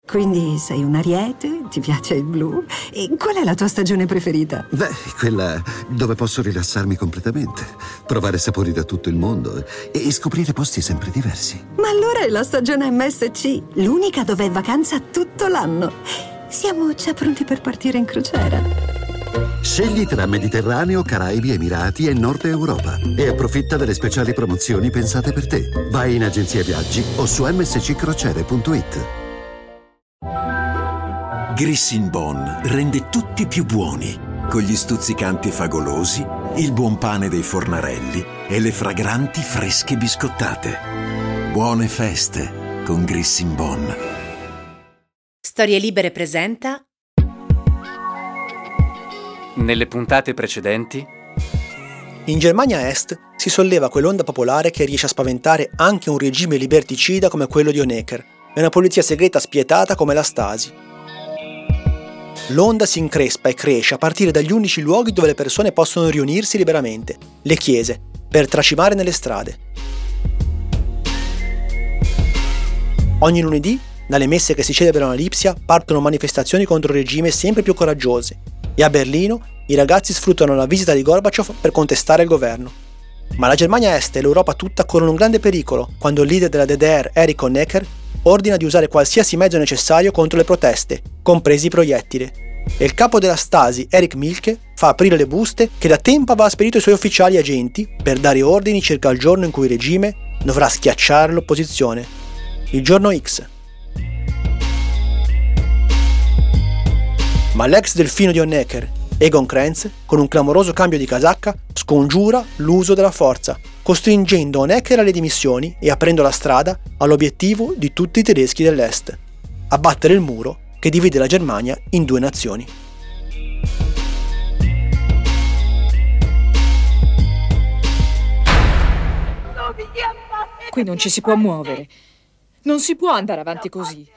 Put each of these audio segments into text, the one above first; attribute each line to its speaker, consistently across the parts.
Speaker 1: Quindi sei un ariete, ti piace il blu? E qual è la tua stagione preferita?
Speaker 2: Beh, quella dove posso rilassarmi completamente, provare sapori da tutto il mondo e scoprire posti sempre diversi.
Speaker 1: Ma allora è la stagione MSC, l'unica dove è vacanza tutto l'anno. Siamo già pronti per partire in crociera.
Speaker 2: Scegli tra Mediterraneo, Caraibi, Emirati e Nord Europa e approfitta delle speciali promozioni pensate per te. Vai in agenzia viaggi o su msccrociere.it.
Speaker 3: Grissin Bon rende tutti più buoni, con gli stuzzicanti Fagolosi, il buon pane dei fornarelli e le fragranti fresche biscottate. Buone feste con Grissin Bon.
Speaker 4: Storie Libere presenta.
Speaker 5: Nelle puntate precedenti.
Speaker 6: In Germania Est si solleva quell'onda popolare che riesce a spaventare anche un regime liberticida come quello di Honecker e una polizia segreta spietata come la Stasi. L'onda si increspa e cresce a partire dagli unici luoghi dove le persone possono riunirsi liberamente, le chiese, per tracimare nelle strade. Ogni lunedì, dalle messe che si celebrano a Lipsia, partono manifestazioni contro il regime sempre più coraggiose, e a Berlino i ragazzi sfruttano la visita di Gorbaciov per contestare il governo. Ma la Germania Est e l'Europa tutta corrono un grande pericolo quando il leader della DDR, Erich Honecker, ordina di usare qualsiasi mezzo necessario contro le proteste, compresi i proiettili. E il capo della Stasi, Erich Mielke, fa aprire le buste che da tempo aveva spedito ai suoi ufficiali e agenti per dare ordini circa il giorno in cui il regime dovrà schiacciare l'opposizione. Il giorno X. Ma l'ex delfino di Honecker, Egon Krenz, con un clamoroso cambio di casacca, scongiura l'uso della forza, costringendo Honecker alle dimissioni e aprendo la strada all'obiettivo di tutti i tedeschi dell'Est: abbattere il muro che divide la Germania in due nazioni.
Speaker 7: Qui non ci si può muovere. Non si può andare avanti così.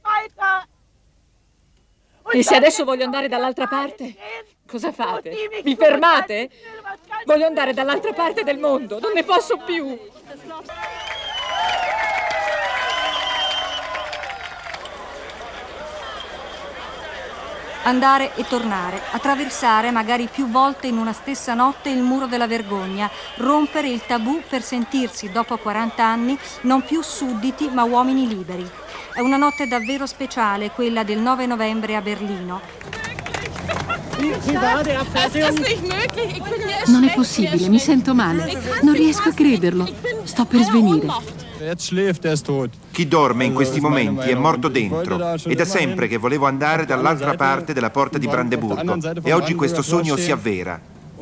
Speaker 7: E se adesso voglio andare dall'altra parte? Cosa fate? Vi fermate? Voglio andare dall'altra parte del mondo, non ne posso più.
Speaker 8: Andare e tornare, attraversare magari più volte in una stessa notte il muro della vergogna, rompere il tabù per sentirsi, dopo 40 anni, non più sudditi ma uomini liberi. È una notte davvero speciale, quella del 9 novembre a Berlino.
Speaker 9: Non è possibile, mi sento male. Non riesco a crederlo. Sto per svenire.
Speaker 10: Chi dorme in questi momenti è morto dentro. È da sempre che volevo andare dall'altra parte della porta di Brandeburgo e oggi questo sogno si avvera.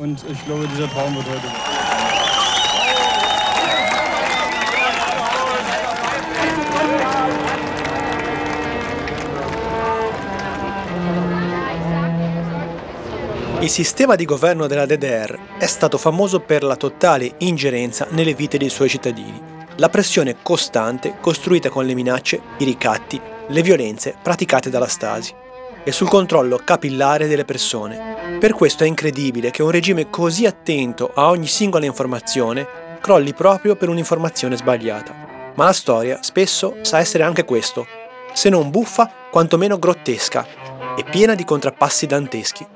Speaker 6: Il sistema di governo della DDR è stato famoso per la totale ingerenza nelle vite dei suoi cittadini, la pressione costante costruita con le minacce, i ricatti, le violenze praticate dalla Stasi e sul controllo capillare delle persone. Per questo è incredibile che un regime così attento a ogni singola informazione crolli proprio per un'informazione sbagliata. Ma la storia spesso sa essere anche questo, se non buffa, quantomeno grottesca e piena di contrappassi danteschi.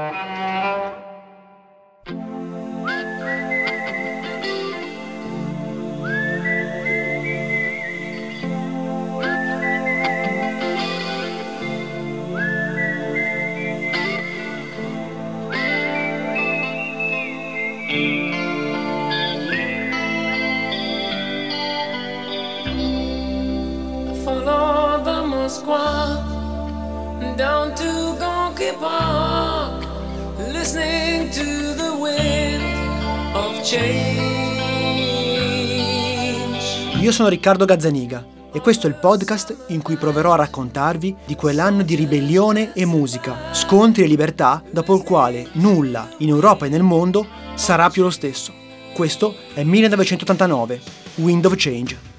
Speaker 11: Down to Gonky Park, listening to the wind of change.
Speaker 6: Io sono Riccardo Gazzaniga e questo è il podcast in cui proverò a raccontarvi di quell'anno di ribellione e musica, scontri e libertà dopo il quale nulla in Europa e nel mondo sarà più lo stesso. Questo è 1989, Wind of Change.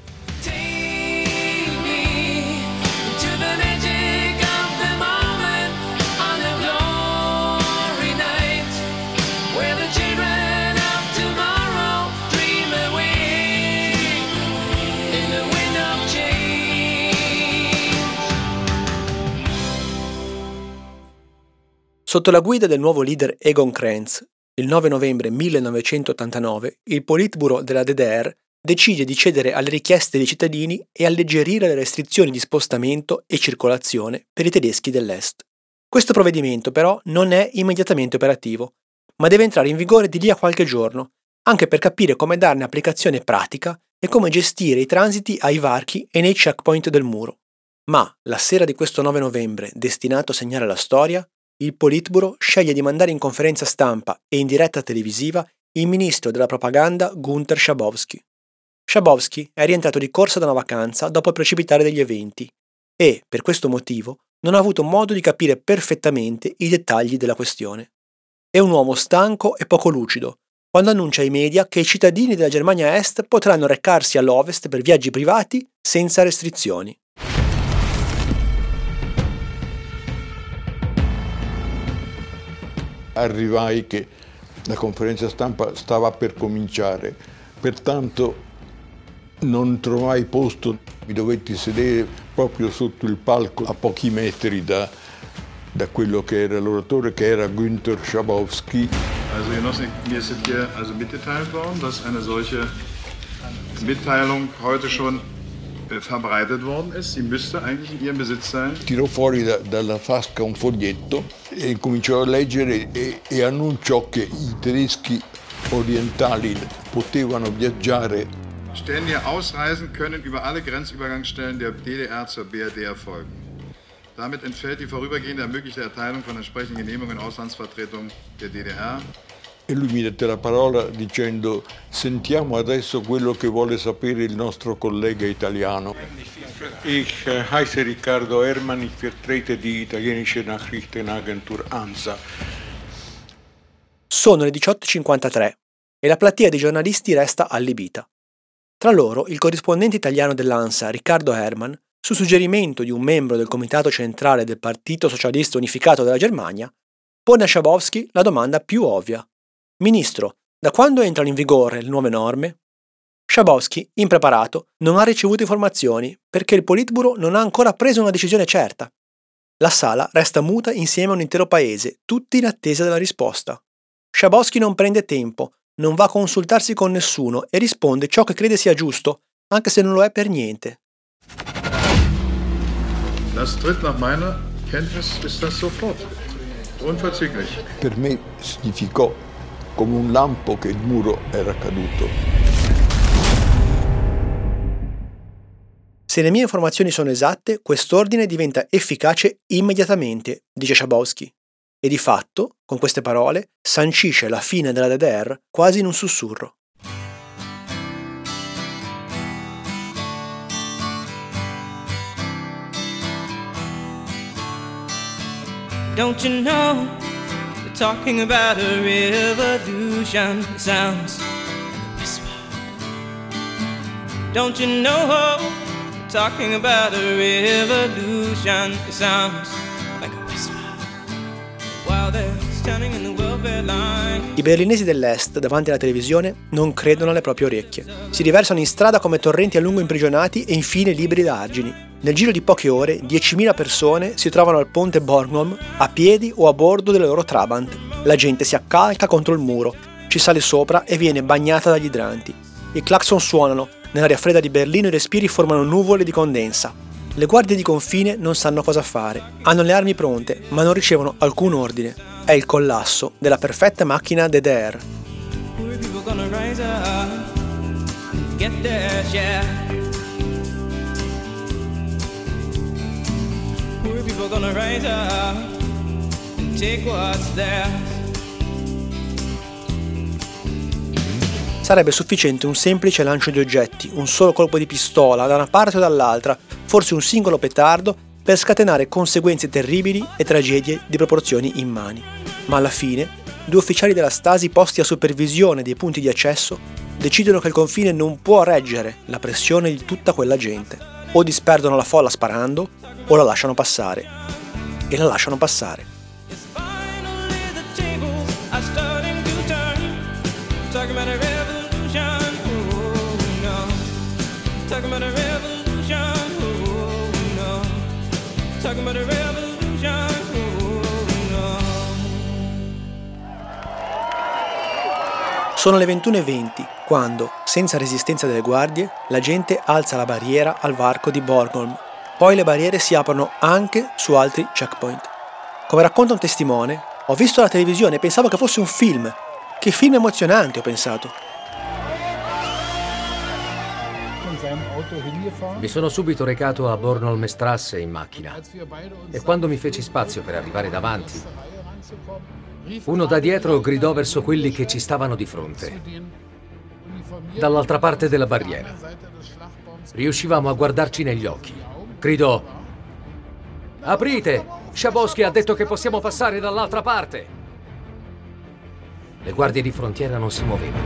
Speaker 6: Sotto la guida del nuovo leader Egon Krenz, il 9 novembre 1989, il Politburo della DDR decide di cedere alle richieste dei cittadini e alleggerire le restrizioni di spostamento e circolazione per i tedeschi dell'Est. Questo provvedimento però non è immediatamente operativo, ma deve entrare in vigore di lì a qualche giorno, anche per capire come darne applicazione pratica e come gestire i transiti ai varchi e nei checkpoint del muro. Ma la sera di questo 9 novembre, destinato a segnare la storia, il Politburo sceglie di mandare in conferenza stampa e in diretta televisiva il ministro della propaganda Günter Schabowski. Schabowski è rientrato di corsa da una vacanza dopo il precipitare degli eventi e, per questo motivo, non ha avuto modo di capire perfettamente i dettagli della questione. È un uomo stanco e poco lucido, quando annuncia ai media che i cittadini della Germania Est potranno recarsi all'Ovest per viaggi privati senza restrizioni.
Speaker 12: Arrivai che la conferenza stampa stava per cominciare, pertanto non trovai posto, mi dovetti sedere proprio sotto il palco a pochi metri da quello che era l'oratore, che era Günter Schabowski.
Speaker 13: Also Genossen, mir ist hier mitgeteilt worden, dass eine solche Mitteilung heute schon verbreitet worden ist. Sie müsste eigentlich in Ihrem Besitz sein.
Speaker 12: Tirò fuori dalla tasca un foglietto e cominciò a leggere e annunciò che i tedeschi orientali potevano viaggiare.
Speaker 13: Stellen, die ausreisen können, über alle Grenzübergangsstellen der DDR zur BRD erfolgen. Damit entfällt die vorübergehende ermöglichte Erteilung von entsprechenden Genehmigungen in Auslandsvertretung der DDR.
Speaker 12: E lui mi dette la parola dicendo: sentiamo adesso quello che vuole sapere il nostro collega italiano. Ich heiße Riccardo Herrmann, ich vertrete die italienische Nachrichtenagentur ANSA.
Speaker 6: Sono le 18:53 e la platea dei giornalisti resta allibita. Tra loro il corrispondente italiano dell'ANSA, Riccardo Herrmann, su suggerimento di un membro del comitato centrale del Partito Socialista Unificato della Germania, pone a Schabowski la domanda più ovvia. Ministro, da quando entrano in vigore le nuove norme? Schabowski, impreparato, non ha ricevuto informazioni perché il Politburo non ha ancora preso una decisione certa. La sala resta muta insieme a un intero paese, tutti in attesa della risposta. Schabowski non prende tempo, non va a consultarsi con nessuno e risponde ciò che crede sia giusto, anche se non lo è per niente.
Speaker 13: Das tritt nach meiner Kenntnis ist das sofort. Unverzüglich.
Speaker 12: Per me significò come un lampo che il muro era caduto.
Speaker 6: Se le mie informazioni sono esatte, quest'ordine diventa efficace immediatamente, dice Schabowski. E di fatto, con queste parole, sancisce la fine della DDR quasi in un sussurro.
Speaker 11: Don't you know, they're talking about a revolution, it sounds like a whisper. Don't you know, they're talking about a revolution, it sounds like a whisper. While they're standing in the welfare line.
Speaker 6: I berlinesi dell'Est, davanti alla televisione, non credono alle proprie orecchie. Si riversano in strada come torrenti a lungo imprigionati e infine liberi da argini. Nel giro di poche ore, 10.000 persone si trovano al ponte Bornholm a piedi o a bordo delle loro Trabant. La gente si accalca contro il muro, ci sale sopra e viene bagnata dagli idranti. I clacson suonano, nell'aria fredda di Berlino i respiri formano nuvole di condensa. Le guardie di confine non sanno cosa fare, hanno le armi pronte, ma non ricevono alcun ordine. È il collasso della perfetta macchina DDR. Sarebbe sufficiente un semplice lancio di oggetti, un solo colpo di pistola da una parte o dall'altra, forse un singolo petardo, per scatenare conseguenze terribili e tragedie di proporzioni immani. Ma alla fine, due ufficiali della Stasi posti a supervisione dei punti di accesso decidono che il confine non può reggere la pressione di tutta quella gente. O disperdono la folla sparando, o la lasciano passare. E la lasciano passare. Sono le 21:20 quando, senza resistenza delle guardie, la gente alza la barriera al varco di Bornholm. Poi le barriere si aprono anche su altri checkpoint. Come racconta un testimone, ho visto la televisione e pensavo che fosse un film. Che film emozionante, ho pensato.
Speaker 14: Mi sono subito recato a Bornholmstrasse in macchina e quando mi feci spazio per arrivare davanti, uno da dietro gridò verso quelli che ci stavano di fronte, dall'altra parte della barriera. Riuscivamo a guardarci negli occhi. Gridò: "Aprite! Schabowski ha detto che possiamo passare dall'altra parte!" Le guardie di frontiera non si muovevano.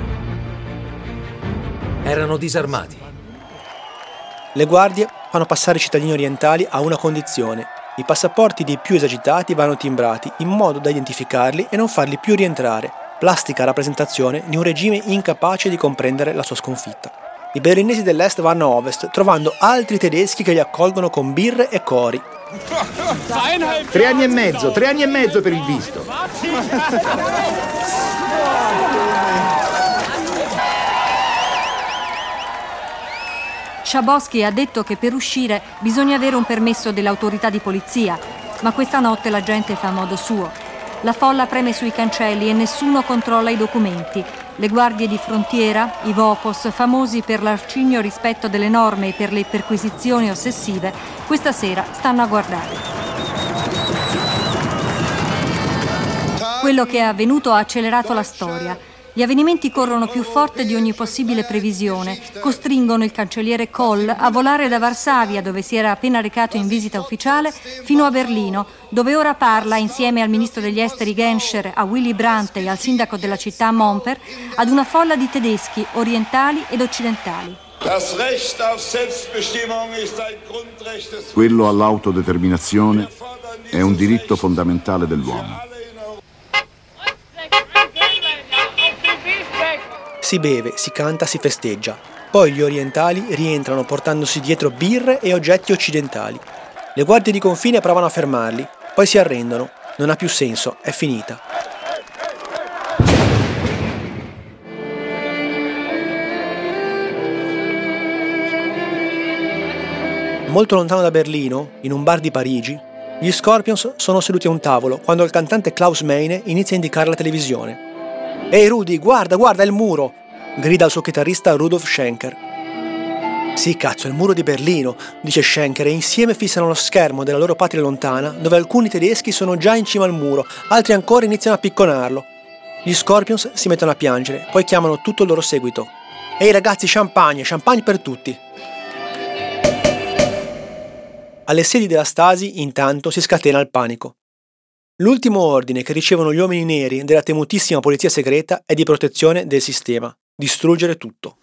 Speaker 14: Erano disarmati.
Speaker 6: Le guardie fanno passare i cittadini orientali a una condizione: i passaporti dei più esagitati vanno timbrati in modo da identificarli e non farli più rientrare, plastica rappresentazione di un regime incapace di comprendere la sua sconfitta. I berlinesi dell'est vanno a ovest, trovando altri tedeschi che li accolgono con birre e cori.
Speaker 10: 3 anni e mezzo per il visto.
Speaker 8: Schabowski ha detto che per uscire bisogna avere un permesso delle autorità di polizia, ma questa notte la gente fa a modo suo. La folla preme sui cancelli e nessuno controlla i documenti. Le guardie di frontiera, i Vopos, famosi per l'arcigno rispetto delle norme e per le perquisizioni ossessive, questa sera stanno a guardare. Quello che è avvenuto ha accelerato la storia. Gli avvenimenti corrono più forte di ogni possibile previsione, costringono il cancelliere Kohl a volare da Varsavia, dove si era appena recato in visita ufficiale, fino a Berlino, dove ora parla, insieme al ministro degli esteri Genscher, a Willy Brandt e al sindaco della città Momper, ad una folla di tedeschi, orientali ed occidentali.
Speaker 15: Quello all'autodeterminazione è un diritto fondamentale dell'uomo.
Speaker 6: Si beve, si canta, si festeggia. Poi gli orientali rientrano portandosi dietro birre e oggetti occidentali. Le guardie di confine provano a fermarli, poi si arrendono. Non ha più senso, è finita. Molto lontano da Berlino, in un bar di Parigi, gli Scorpions sono seduti a un tavolo quando il cantante Klaus Meine inizia a indicare la televisione. «Ehi Rudy, guarda, guarda, è il muro!» grida al suo chitarrista Rudolf Schenker. «Sì, cazzo, è il muro di Berlino», dice Schenker, e insieme fissano lo schermo della loro patria lontana, dove alcuni tedeschi sono già in cima al muro, altri ancora iniziano a picconarlo. Gli Scorpions si mettono a piangere, poi chiamano tutto il loro seguito. «Ehi ragazzi, champagne, champagne per tutti!» Alle sedi della Stasi, intanto, si scatena il panico. L'ultimo ordine che ricevono gli uomini neri della temutissima polizia segreta è di protezione del sistema. Distruggere tutto.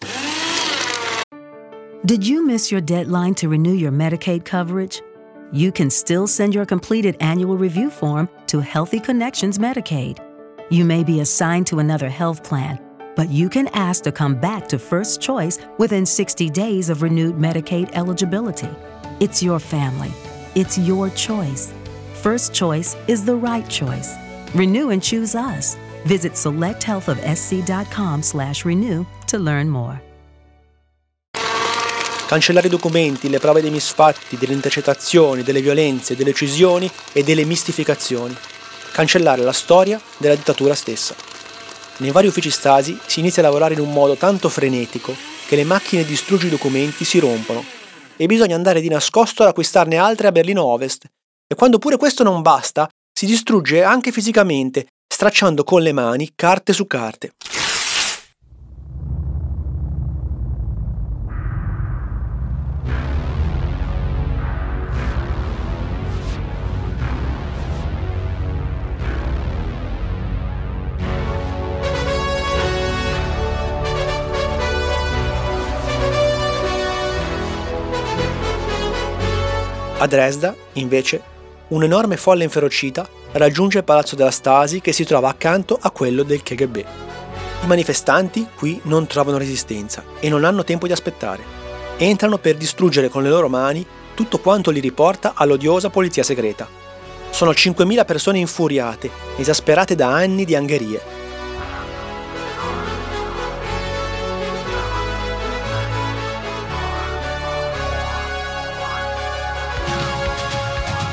Speaker 16: Did you miss your deadline to renew your Medicaid coverage? You can still send your completed annual review form to Healthy Connections Medicaid. You may be assigned to another health plan, but you can ask to come back to First Choice within 60 days of renewed Medicaid eligibility. It's your family. It's your choice. First Choice is the right choice. Renew and choose us. Visit selecthealthofsc.com/renew to learn more.
Speaker 6: Cancellare i documenti, le prove dei misfatti, delle intercettazioni, delle violenze, delle uccisioni e delle mistificazioni. Cancellare la storia della dittatura stessa. Nei vari uffici Stasi si inizia a lavorare in un modo tanto frenetico che le macchine di distruggere i documenti si rompono e bisogna andare di nascosto ad acquistarne altre a Berlino Ovest. E quando pure questo non basta, si distrugge anche fisicamente, stracciando con le mani carte su carte. A Dresda, invece, un'enorme folla inferocita raggiunge il palazzo della Stasi che si trova accanto a quello del KGB. I manifestanti qui non trovano resistenza e non hanno tempo di aspettare. Entrano per distruggere con le loro mani tutto quanto li riporta all'odiosa polizia segreta. Sono 5.000 persone infuriate, esasperate da anni di angherie.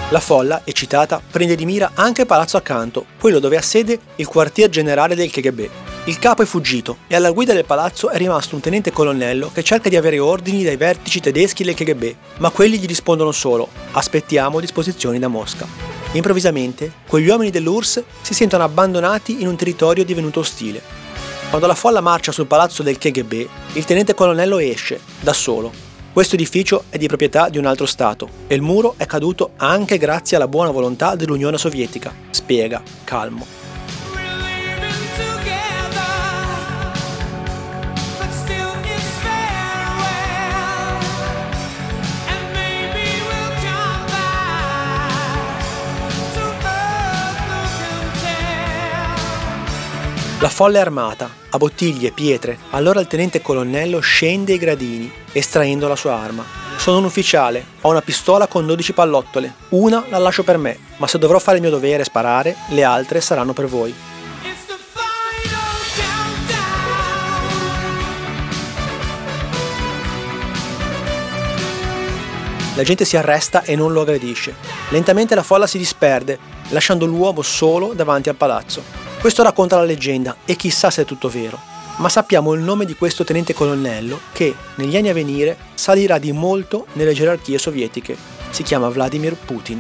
Speaker 6: La folla, eccitata, prende di mira anche il palazzo accanto, quello dove ha sede il quartier generale del KGB. Il capo è fuggito e alla guida del palazzo è rimasto un tenente colonnello che cerca di avere ordini dai vertici tedeschi del KGB, ma quelli gli rispondono solo: aspettiamo disposizioni da Mosca. Improvvisamente, quegli uomini dell'URSS si sentono abbandonati in un territorio divenuto ostile. Quando la folla marcia sul palazzo del KGB, il tenente colonnello esce, da solo. Questo edificio è di proprietà di un altro Stato e il muro è caduto anche grazie alla buona volontà dell'Unione Sovietica, spiega, calmo. La folla è armata, a bottiglie, pietre. Allora il tenente colonnello scende i gradini, estraendo la sua arma. Sono un ufficiale, ho una pistola con 12 pallottole. Una la lascio per me, ma se dovrò fare il mio dovere e sparare, le altre saranno per voi. La gente si arresta e non lo aggredisce. Lentamente la folla si disperde, lasciando l'uomo solo davanti al palazzo. Questo racconta la leggenda e chissà se è tutto vero, ma sappiamo il nome di questo tenente colonnello che, negli anni a venire, salirà di molto nelle gerarchie sovietiche. Si chiama Vladimir Putin.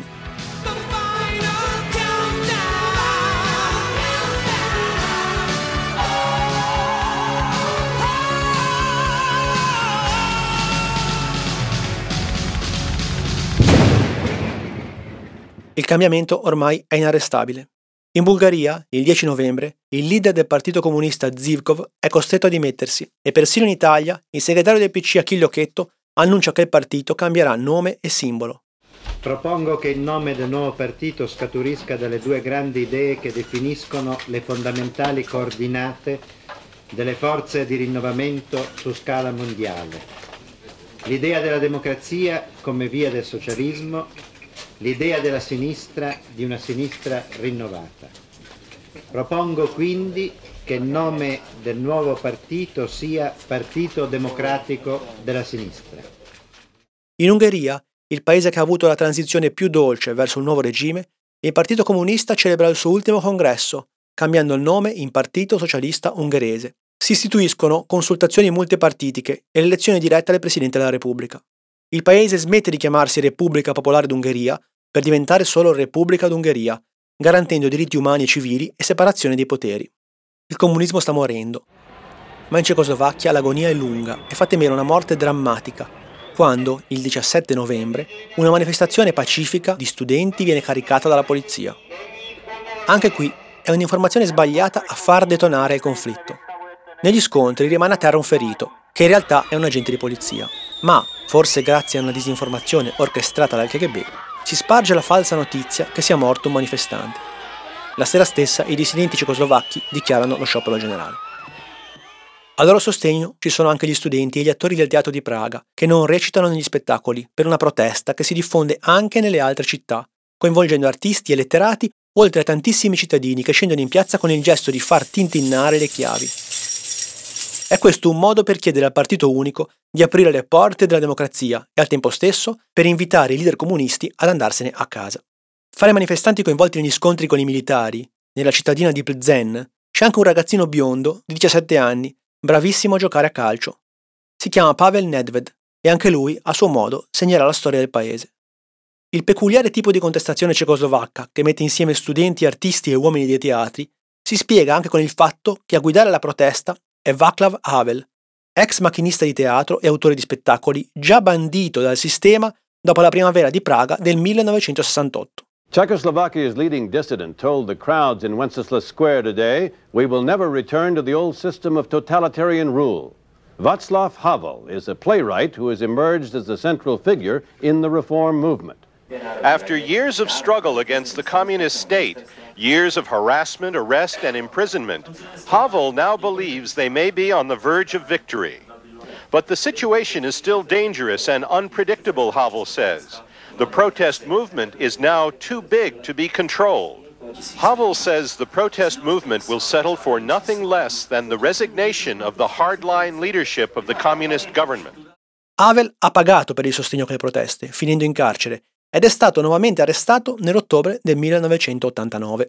Speaker 6: Il cambiamento ormai è inarrestabile. In Bulgaria, il 10 novembre, il leader del Partito Comunista Zivkov è costretto a dimettersi e persino in Italia il segretario del PC Achille Occhetto annuncia che il partito cambierà nome e simbolo.
Speaker 17: Propongo che il nome del nuovo partito scaturisca dalle due grandi idee che definiscono le fondamentali coordinate delle forze di rinnovamento su scala mondiale. L'idea della democrazia come via del socialismo, l'idea della sinistra di una sinistra rinnovata. Propongo quindi che il nome del nuovo partito sia Partito Democratico della Sinistra.
Speaker 6: In Ungheria, il paese che ha avuto la transizione più dolce verso il nuovo regime, il Partito Comunista celebra il suo ultimo congresso, cambiando il nome in Partito Socialista Ungherese. Si istituiscono consultazioni multipartitiche e l'elezione diretta del Presidente della Repubblica. Il paese smette di chiamarsi Repubblica Popolare d'Ungheria per diventare solo Repubblica d'Ungheria, garantendo diritti umani e civili e separazione dei poteri. Il comunismo sta morendo, ma in Cecoslovacchia l'agonia è lunga e fa temere una morte drammatica, quando, il 17 novembre, una manifestazione pacifica di studenti viene caricata dalla polizia. Anche qui è un'informazione sbagliata a far detonare il conflitto. Negli scontri rimane a terra un ferito, che in realtà è un agente di polizia, ma, forse grazie a una disinformazione orchestrata dal KGB, si sparge la falsa notizia che sia morto un manifestante. La sera stessa i dissidenti cecoslovacchi dichiarano lo sciopero generale. A loro sostegno ci sono anche gli studenti e gli attori del teatro di Praga, che non recitano negli spettacoli per una protesta che si diffonde anche nelle altre città, coinvolgendo artisti e letterati, oltre a tantissimi cittadini che scendono in piazza con il gesto di far tintinnare le chiavi. È questo un modo per chiedere al partito unico di aprire le porte della democrazia e al tempo stesso per invitare i leader comunisti ad andarsene a casa. Fra i manifestanti coinvolti negli scontri con i militari, nella cittadina di Plzeň, c'è anche un ragazzino biondo di 17 anni, bravissimo a giocare a calcio. Si chiama Pavel Nedved e anche lui, a suo modo, segnerà la storia del paese. Il peculiare tipo di contestazione cecoslovacca, che mette insieme studenti, artisti e uomini dei teatri, si spiega anche con il fatto che a guidare la protesta è Václav Havel, ex macchinista di teatro e autore di spettacoli già bandito dal sistema dopo la primavera di Praga del 1968.
Speaker 18: Czechoslovakia's leading dissident told the crowds in Wenceslas Square today, "We will never return to the old system of totalitarian rule." Václav Havel is a playwright who has emerged as a central figure in the reform movement.
Speaker 19: After years of struggle against the communist state, years of harassment, arrest, and imprisonment, Havel now believes they may be on the verge of victory. But the situation is still dangerous and unpredictable, Havel says. The protest movement is now too big to be controlled. Havel says the protest movement will settle for nothing less than the resignation of the hardline leadership of the communist government.
Speaker 6: Havel ha pagato per il sostegno alle proteste, finendo in carcere, ed è stato nuovamente arrestato nell'ottobre del 1989.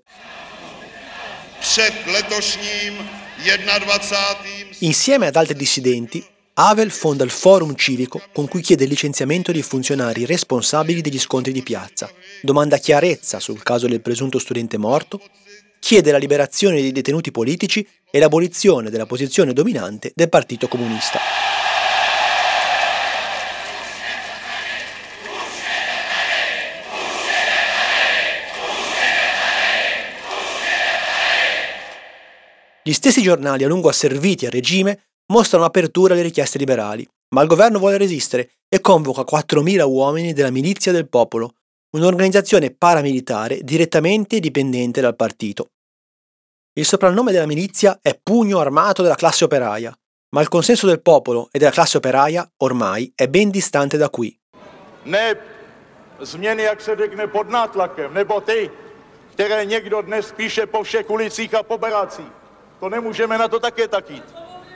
Speaker 6: Insieme ad altri dissidenti, Havel fonda il Forum Civico con cui chiede il licenziamento dei funzionari responsabili degli scontri di piazza, domanda chiarezza sul caso del presunto studente morto, chiede la liberazione dei detenuti politici e l'abolizione della posizione dominante del Partito Comunista. Gli stessi giornali a lungo asserviti al regime mostrano apertura alle richieste liberali, ma il governo vuole resistere e convoca 4.000 uomini della Milizia del Popolo, un'organizzazione paramilitare direttamente dipendente dal partito. Il soprannome della milizia è Pugno Armato della Classe Operaia, ma il consenso del popolo e della classe operaia ormai è ben distante da qui.
Speaker 20: Ne změny, jak se řekne, pod nátlakem, nebo ty, které někdo dnes píše po všech ulicích a po barácích. To nemůžeme na to také tak jít.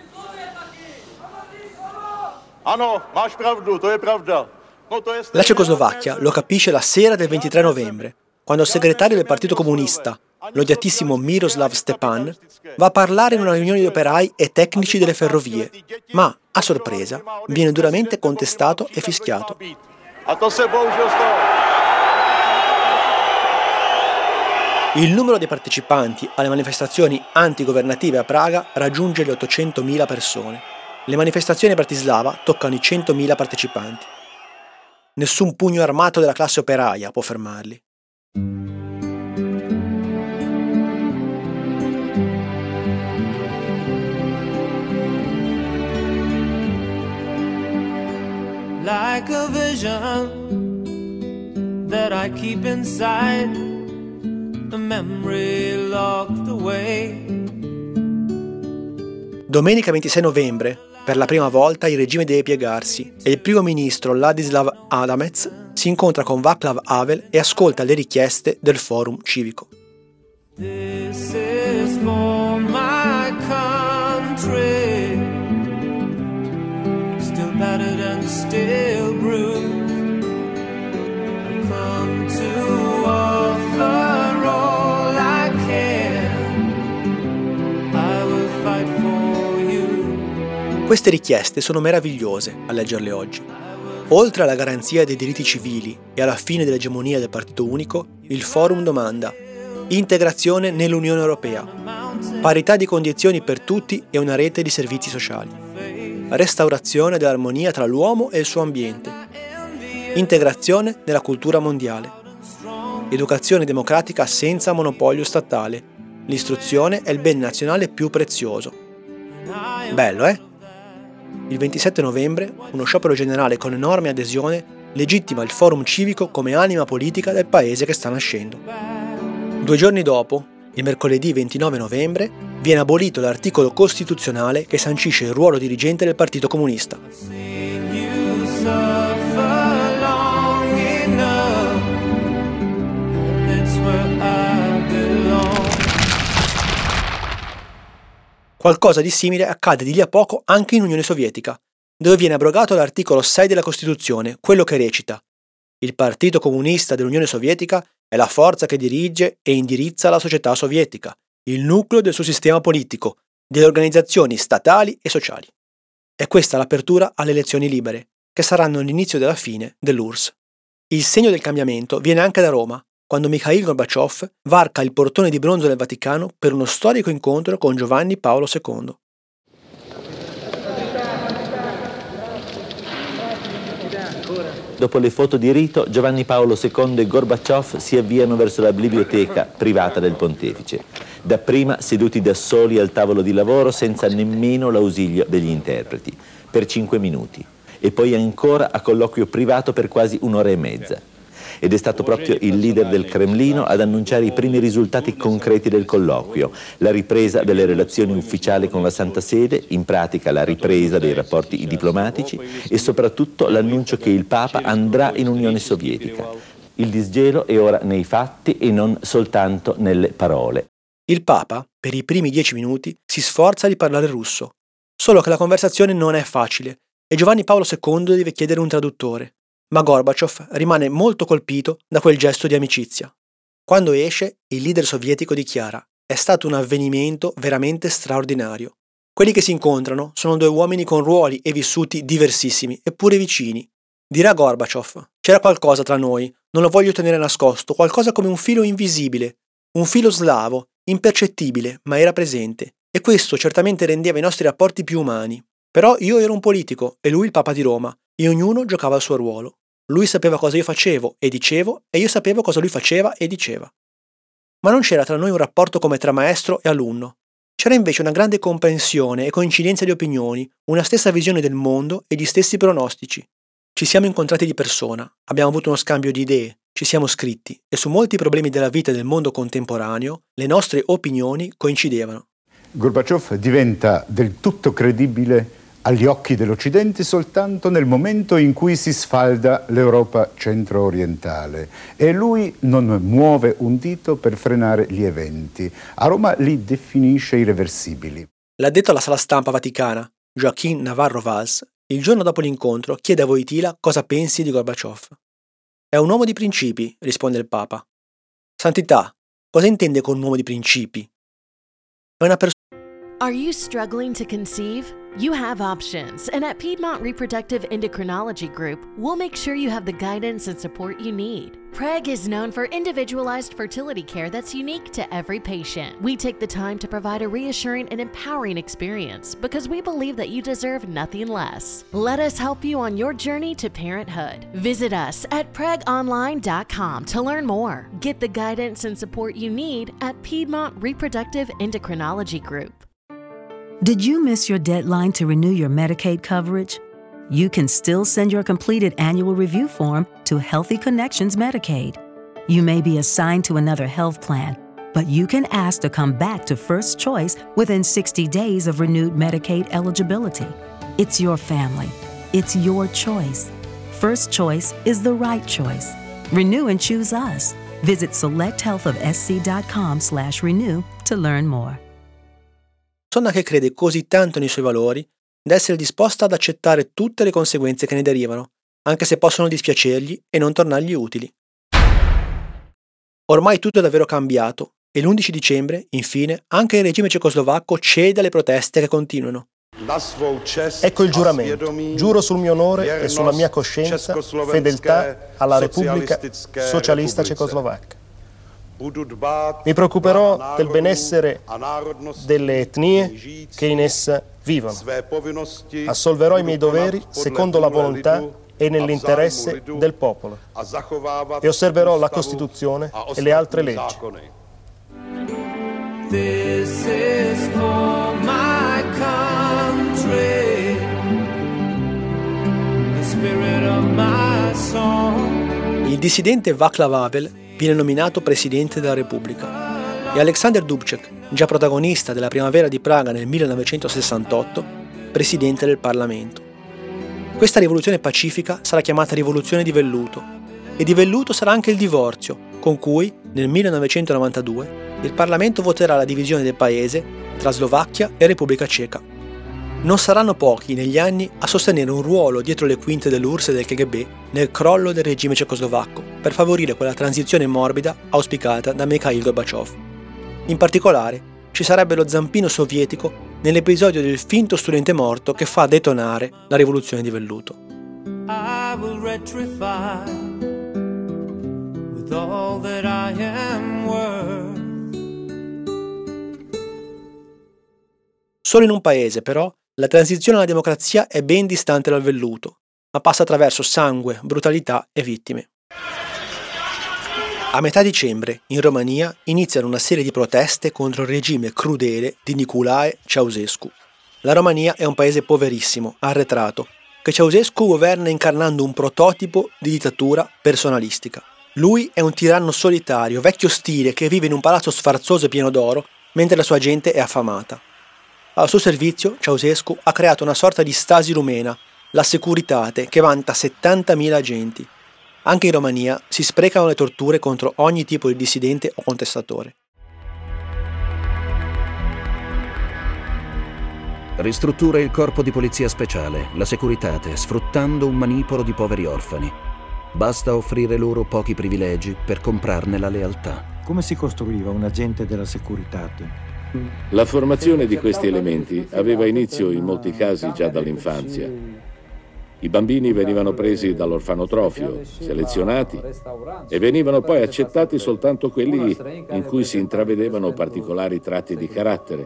Speaker 20: Ano, máš pravdu, to je pravda.
Speaker 6: La Cecoslovacchia lo capisce la sera del 23 novembre, quando il segretario del Partito Comunista, l'odiatissimo Miroslav Stepan, va a parlare in una riunione di operai e tecnici delle ferrovie, ma, a sorpresa, viene duramente contestato e fischiato. Il numero dei partecipanti alle manifestazioni antigovernative a Praga raggiunge le 800.000 persone. Le manifestazioni a Bratislava toccano i 100.000 partecipanti. Nessun pugno armato della classe operaia può fermarli.
Speaker 11: Like a vision that I keep inside, a memory locked away.
Speaker 6: Domenica 26 novembre, per la prima volta il regime deve piegarsi e il primo ministro Ladislav Adamec si incontra con Václav Havel e ascolta le richieste del Forum Civico.
Speaker 11: This is for my country, still battered and still bruised. I've come to offer all I can. I will fight for you.
Speaker 6: Queste richieste sono meravigliose a leggerle oggi. Oltre alla garanzia dei diritti civili e alla fine dell'egemonia del partito unico, il Forum domanda integrazione nell'Unione Europea, parità di condizioni per tutti e una rete di servizi sociali, restaurazione dell'armonia tra l'uomo e il suo ambiente, integrazione nella cultura mondiale, educazione democratica senza monopolio statale, l'istruzione è il bene nazionale più prezioso. Bello, eh? Il 27 novembre, uno sciopero generale con enorme adesione legittima il Forum Civico come anima politica del paese che sta nascendo. 2 giorni dopo, il mercoledì 29 novembre, viene abolito l'articolo costituzionale che sancisce il ruolo dirigente del Partito Comunista. Qualcosa di simile accade di lì a poco anche in Unione Sovietica, dove viene abrogato l'articolo 6 della Costituzione, quello che recita: il Partito Comunista dell'Unione Sovietica è la forza che dirige e indirizza la società sovietica, il nucleo del suo sistema politico, delle organizzazioni statali e sociali. È questa l'apertura alle elezioni libere, che saranno l'inizio della fine dell'URSS. Il segno del cambiamento viene anche da Roma, quando Mikhail Gorbaciov varca il portone di bronzo del Vaticano per uno storico incontro con Giovanni Paolo II.
Speaker 21: Dopo le foto di rito, Giovanni Paolo II e Gorbaciov si avviano verso la biblioteca privata del pontefice. Dapprima seduti da soli al tavolo di lavoro senza nemmeno l'ausilio degli interpreti, per 5 minuti, e poi ancora a colloquio privato per quasi 1 ora e mezza. Ed è stato proprio il leader del Cremlino ad annunciare i primi risultati concreti del colloquio, la ripresa delle relazioni ufficiali con la Santa Sede, in pratica la ripresa dei rapporti diplomatici e soprattutto l'annuncio che il Papa andrà in Unione Sovietica. Il disgelo è ora nei fatti e non soltanto nelle parole.
Speaker 6: Il Papa, per i primi 10 minuti, si sforza di parlare russo, solo che la conversazione non è facile e Giovanni Paolo II deve chiedere un traduttore. Ma Gorbaciov rimane molto colpito da quel gesto di amicizia. Quando esce, il leader sovietico dichiara: «È stato un avvenimento veramente straordinario. Quelli che si incontrano sono due uomini con ruoli e vissuti diversissimi, eppure vicini». Dirà Gorbaciov: «C'era qualcosa tra noi, non lo voglio tenere nascosto, qualcosa come un filo invisibile, un filo slavo, impercettibile, ma era presente, e questo certamente rendeva i nostri rapporti più umani. Però io ero un politico e lui il Papa di Roma, e ognuno giocava il suo ruolo. Lui sapeva cosa io facevo e dicevo, e io sapevo cosa lui faceva e diceva. Ma non c'era tra noi un rapporto come tra maestro e alunno. C'era invece una grande comprensione e coincidenza di opinioni, una stessa visione del mondo e gli stessi pronostici. Ci siamo incontrati di persona, abbiamo avuto uno scambio di idee, ci siamo scritti e su molti problemi della vita e del mondo contemporaneo le nostre opinioni coincidevano».
Speaker 1: Gorbaciov diventa del tutto credibile agli occhi dell'Occidente soltanto nel momento in cui si sfalda l'Europa centro-orientale e lui non muove un dito per frenare gli eventi. A Roma li definisce irreversibili.
Speaker 6: L'ha detto alla sala stampa vaticana, Joaquín Navarro Valls, il giorno dopo l'incontro chiede a Wojtyla cosa pensi di Gorbaciov. «È un uomo di principi», risponde il Papa. «Santità, cosa intende con un uomo di principi?» È una persona.
Speaker 22: Are you struggling to conceive? You have options, and at Piedmont Reproductive Endocrinology Group, we'll make sure you have the guidance and support you need. PREG is known for individualized fertility care that's unique to every patient. We take the time to provide a reassuring and empowering experience because we believe that you deserve nothing less. Let us help you on your journey to parenthood. Visit us at pregonline.com to learn more. Get the guidance and support you need at Piedmont Reproductive Endocrinology Group.
Speaker 16: Did you miss your deadline to renew your Medicaid coverage? You can still send your completed annual review form to Healthy Connections Medicaid. You may be assigned to another health plan, but you can ask to come back to First Choice within 60 days of renewed Medicaid eligibility. It's your family. It's your choice. First Choice is the right choice. Renew and choose us. Visit selecthealthofsc.com/renew to learn more.
Speaker 6: Persona che crede così tanto nei suoi valori da essere disposta ad accettare tutte le conseguenze che ne derivano, anche se possono dispiacergli e non tornargli utili. Ormai tutto è davvero cambiato e l'11 dicembre, infine, anche il regime cecoslovacco cede alle proteste che continuano.
Speaker 23: Ecco il giuramento. Giuro sul mio onore e sulla mia coscienza fedeltà alla Repubblica Socialista Cecoslovacca. Mi preoccuperò del benessere delle etnie che in essa vivono. Assolverò i miei doveri secondo la volontà e nell'interesse del popolo e osserverò la Costituzione e le altre leggi.
Speaker 11: This is for my country, the spirit of my song.
Speaker 6: Il dissidente Václav Havel viene nominato Presidente della Repubblica e Alexander Dubček, già protagonista della primavera di Praga nel 1968, Presidente del Parlamento. Questa rivoluzione pacifica sarà chiamata Rivoluzione di Velluto e di velluto sarà anche il divorzio, con cui, nel 1992, il Parlamento voterà la divisione del paese tra Slovacchia e Repubblica Ceca. Non saranno pochi negli anni a sostenere un ruolo dietro le quinte dell'URSS e del KGB nel crollo del regime cecoslovacco per favorire quella transizione morbida auspicata da Mikhail Gorbaciov. In particolare, ci sarebbe lo zampino sovietico nell'episodio del finto studente morto che fa detonare la rivoluzione di velluto.
Speaker 11: I will retrify with all that I am worth.
Speaker 6: Solo in un paese, però, la transizione alla democrazia è ben distante dal velluto, ma passa attraverso sangue, brutalità e vittime. A metà dicembre, in Romania, iniziano una serie di proteste contro il regime crudele di Nicolae Ceausescu. La Romania è un paese poverissimo, arretrato, che Ceausescu governa incarnando un prototipo di dittatura personalistica. Lui è un tiranno solitario, vecchio stile, che vive in un palazzo sfarzoso e pieno d'oro, mentre la sua gente è affamata. Al suo servizio, Ceausescu ha creato una sorta di Stasi rumena, la Securitate, che vanta 70.000 agenti. Anche in Romania si sprecano le torture contro ogni tipo di dissidente o contestatore.
Speaker 24: Ristruttura il corpo di polizia speciale, la Securitate, sfruttando un manipolo di poveri orfani.
Speaker 2: Basta offrire loro pochi privilegi per comprarne la lealtà.
Speaker 3: Come si costruiva un agente della Securitate?
Speaker 4: La formazione di questi elementi aveva inizio in molti casi già dall'infanzia. I bambini venivano presi dall'orfanotrofio, selezionati, e venivano poi accettati soltanto quelli in cui si intravedevano particolari tratti di carattere.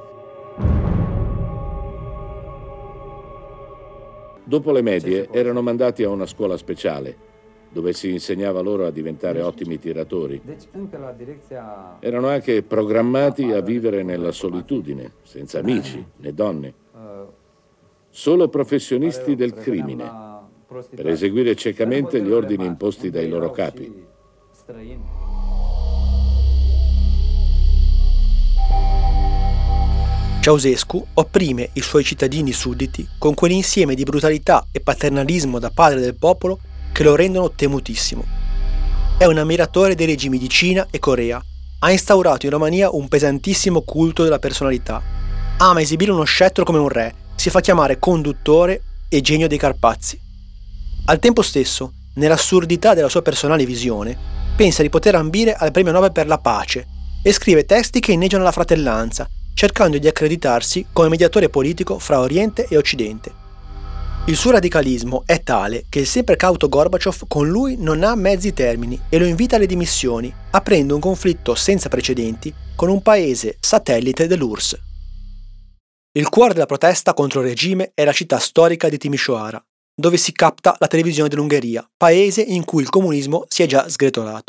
Speaker 4: Dopo le medie erano mandati a una scuola speciale, dove si insegnava loro a diventare ottimi tiratori. Erano anche programmati a vivere nella solitudine, senza amici né donne. Solo professionisti del crimine, per eseguire ciecamente gli ordini imposti dai loro capi.
Speaker 6: Ceausescu opprime i suoi cittadini sudditi con quell'insieme di brutalità e paternalismo da padre del popolo che lo rendono temutissimo. È un ammiratore dei regimi di Cina e Corea. Ha instaurato in Romania un pesantissimo culto della personalità. Ama esibire uno scettro come un re. Si fa chiamare conduttore e genio dei Carpazi. Al tempo stesso, nell'assurdità della sua personale visione, pensa di poter ambire al premio Nobel per la pace e scrive testi che inneggiano la fratellanza, cercando di accreditarsi come mediatore politico fra Oriente e Occidente. Il suo radicalismo è tale che il sempre cauto Gorbaciov con lui non ha mezzi termini e lo invita alle dimissioni, aprendo un conflitto senza precedenti con un paese satellite dell'URSS. Il cuore della protesta contro il regime è la città storica di Timișoara, dove si capta la televisione dell'Ungheria, paese in cui il comunismo si è già sgretolato.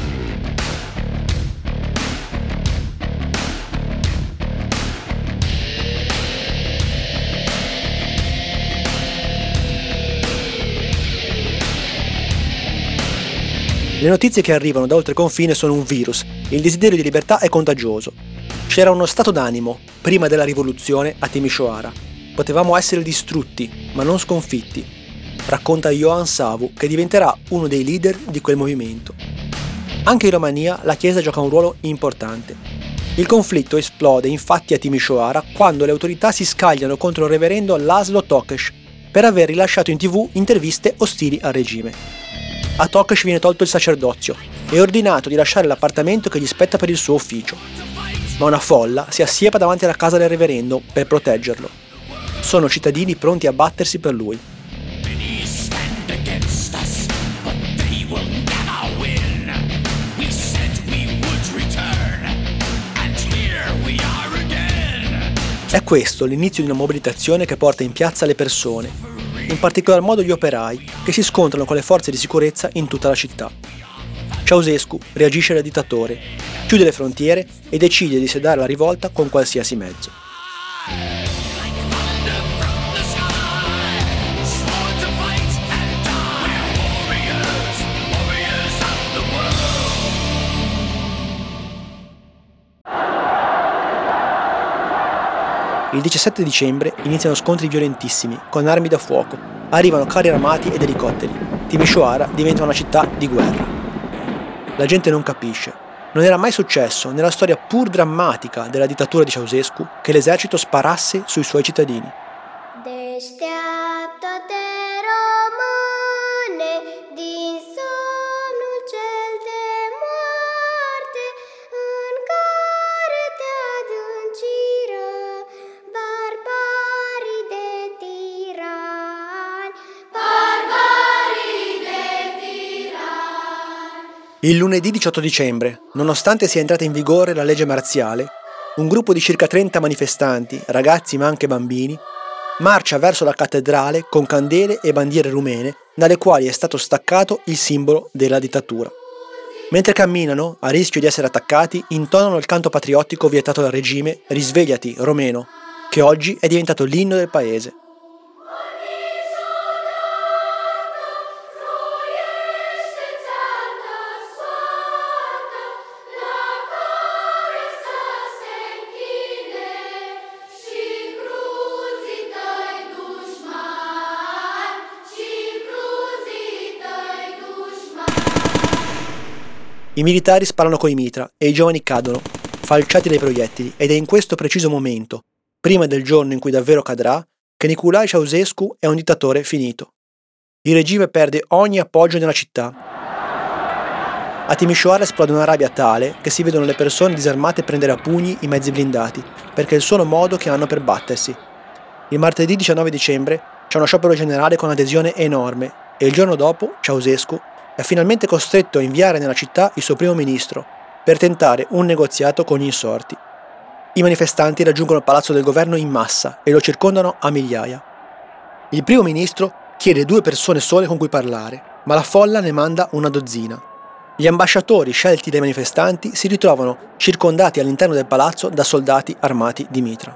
Speaker 6: Le notizie che arrivano da oltre confine sono un virus, il desiderio di libertà è contagioso. C'era uno stato d'animo, prima della rivoluzione, a Timișoara. Potevamo essere distrutti, ma non sconfitti, racconta Ioan Savu, che diventerà uno dei leader di quel movimento. Anche in Romania la Chiesa gioca un ruolo importante. Il conflitto esplode infatti a Timișoara quando le autorità si scagliano contro il reverendo Laszlo Tokes per aver rilasciato in TV interviste ostili al regime. A Tokes viene tolto il sacerdozio e ordinato di lasciare l'appartamento che gli spetta per il suo ufficio. Ma una folla si assiepa davanti alla casa del reverendo per proteggerlo. Sono cittadini pronti a battersi per lui. È questo l'inizio di una mobilitazione che porta in piazza le persone, in particolar modo gli operai, che si scontrano con le forze di sicurezza in tutta la città. Ceausescu reagisce da dittatore, chiude le frontiere e decide di sedare la rivolta con qualsiasi mezzo. Il 17 dicembre iniziano scontri violentissimi, con armi da fuoco. Arrivano carri armati ed elicotteri. Timișoara diventa una città di guerra. La gente non capisce. Non era mai successo, nella storia pur drammatica della dittatura di Ceausescu, che l'esercito sparasse sui suoi cittadini.
Speaker 24: Deșteaptă-te, române, din somnul cel de moarte, în care te adânciră barbarii de tirani, barbarii de tirani.
Speaker 6: Il lunedì 18 dicembre, nonostante sia entrata in vigore la legge marziale, un gruppo di circa 30 manifestanti, ragazzi ma anche bambini, marcia verso la cattedrale con candele e bandiere rumene, dalle quali è stato staccato il simbolo della dittatura. Mentre camminano, a rischio di essere attaccati, intonano il canto patriottico vietato dal regime Risvegliati, Romeno, che oggi è diventato l'inno del paese. I militari sparano coi mitra e i giovani cadono, falciati dai proiettili, ed è in questo preciso momento, prima del giorno in cui davvero cadrà, che Nicolae Ceausescu è un dittatore finito. Il regime perde ogni appoggio nella città. A Timișoara esplode una rabbia tale che si vedono le persone disarmate prendere a pugni i mezzi blindati, perché è il solo modo che hanno per battersi. Il martedì 19 dicembre c'è uno sciopero generale con adesione enorme e il giorno dopo Ceausescu è finalmente costretto a inviare nella città il suo primo ministro per tentare un negoziato con gli insorti. I manifestanti raggiungono il palazzo del governo in massa e lo circondano a migliaia. Il primo ministro chiede 2 persone sole con cui parlare, ma la folla ne manda una dozzina. Gli ambasciatori scelti dai manifestanti si ritrovano circondati all'interno del palazzo da soldati armati di mitra.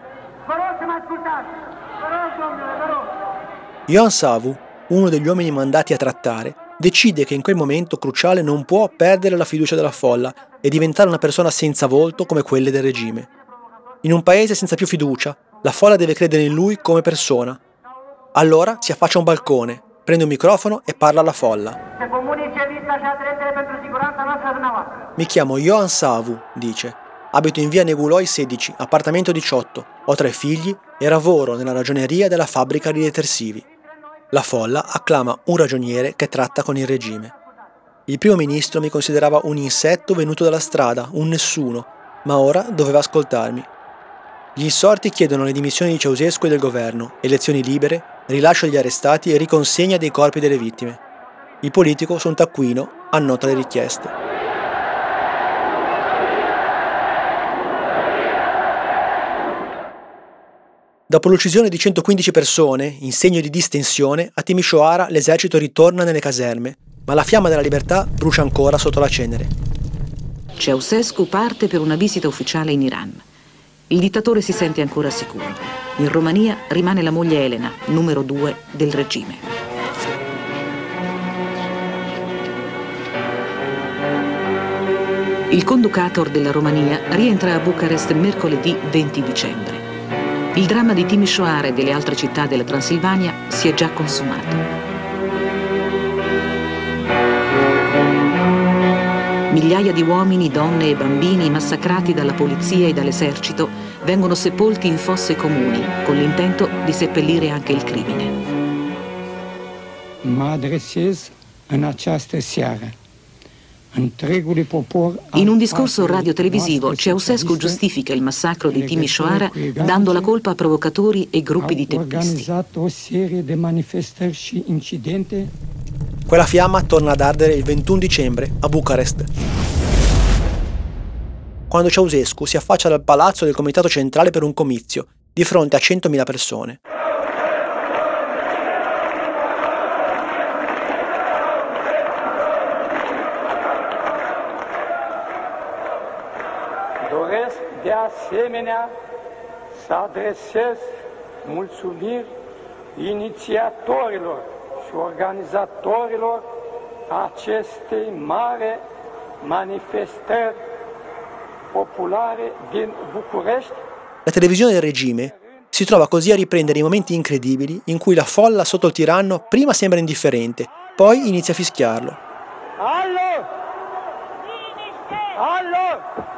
Speaker 6: Ioan Savu, uno degli uomini mandati a trattare, decide che in quel momento cruciale non può perdere la fiducia della folla e diventare una persona senza volto come quelle del regime. In un paese senza più fiducia, la folla deve credere in lui come persona. Allora si affaccia a un balcone, prende un microfono e parla alla folla. Mi chiamo Ioan Savu, dice. Abito in via Neguloi 16, appartamento 18, ho 3 figli e lavoro nella ragioneria della fabbrica di detersivi. La folla acclama un ragioniere che tratta con il regime. Il primo ministro mi considerava un insetto venuto dalla strada, un nessuno, ma ora doveva ascoltarmi. Gli insorti chiedono le dimissioni di Ceausescu e del governo, elezioni libere, rilascio degli arrestati e riconsegna dei corpi delle vittime. Il politico su un taccuino annota le richieste. Dopo l'uccisione di 115 persone, in segno di distensione, a Timișoara l'esercito ritorna nelle caserme, ma la fiamma della libertà brucia ancora sotto la cenere.
Speaker 5: Ceausescu parte per una visita ufficiale in Iran. Il dittatore si sente ancora sicuro. In Romania rimane la moglie Elena, numero 2 del regime. Il conducator della Romania rientra a Bucarest mercoledì 20 dicembre. Il dramma di Timișoara e delle altre città della Transilvania si è già consumato. Migliaia di uomini, donne e bambini massacrati dalla polizia e dall'esercito vengono sepolti in fosse comuni con l'intento di seppellire anche il crimine.
Speaker 7: Mă adresez în această seară
Speaker 5: In un discorso radiotelevisivo, Ceausescu giustifica il massacro di Timișoara dando la colpa a provocatori e gruppi di teppisti.
Speaker 6: Quella fiamma torna ad ardere il 21 dicembre a Bucarest, quando Ceausescu si affaccia dal palazzo del Comitato Centrale per un comizio, di fronte a 100.000 persone.
Speaker 7: Doresc de asemenea să adresez mulțumiri inițiatorilor și organizatorilor acestei mari manifestări popolare din București.
Speaker 6: La televisione del regime si trova così a riprendere i momenti incredibili in cui la folla sotto il tiranno prima sembra indifferente, poi inizia a fischiarlo.
Speaker 7: Allo! Allo!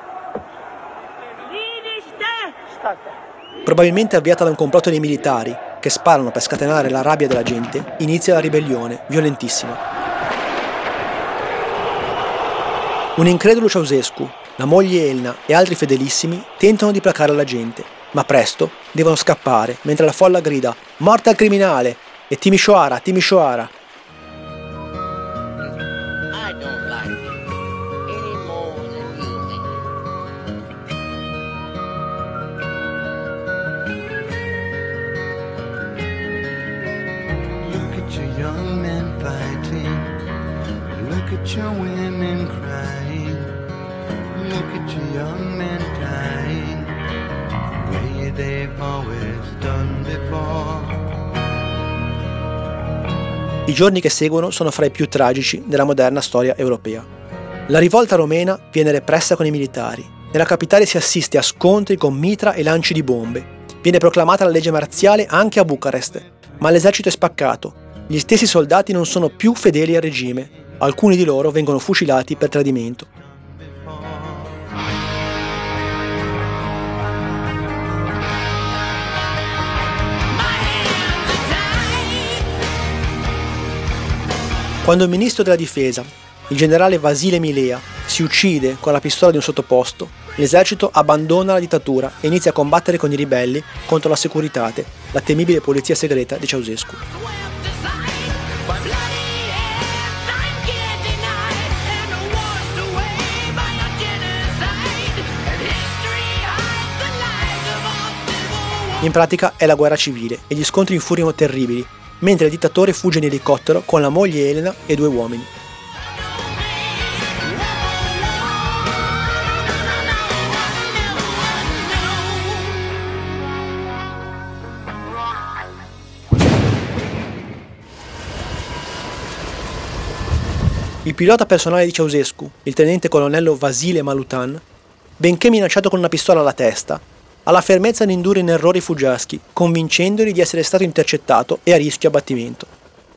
Speaker 6: Probabilmente avviata da un complotto dei militari che sparano per scatenare la rabbia della gente, inizia la ribellione, violentissima. Un incredulo Ceausescu, la moglie Elena e altri fedelissimi tentano di placare la gente, ma presto devono scappare mentre la folla grida «Morte al criminale!» e «Timișoara, Timișoara!».
Speaker 9: Your women crying, look at your young men dying, the way they've always done before.
Speaker 6: I giorni che seguono sono fra i più tragici della moderna storia europea. La rivolta romena viene repressa con i militari. Nella capitale si assiste a scontri con mitra e lanci di bombe. Viene proclamata la legge marziale anche a Bucarest, ma l'esercito è spaccato. Gli stessi soldati non sono più fedeli al regime. Alcuni di loro vengono fucilati per tradimento. Quando il ministro della difesa, il generale Vasile Milea, si uccide con la pistola di un sottoposto, l'esercito abbandona la dittatura e inizia a combattere con i ribelli contro la Securitate, la temibile polizia segreta di Ceausescu. In pratica è la guerra civile e gli scontri infuriano terribili, mentre il dittatore fugge in elicottero con la moglie Elena e 2 uomini. Il pilota personale di Ceausescu, il tenente colonnello Vasile Malutan, benché minacciato con una pistola alla testa, ha la fermezza di indurre in errore i fuggiaschi, convincendoli di essere stato intercettato e a rischio abbattimento.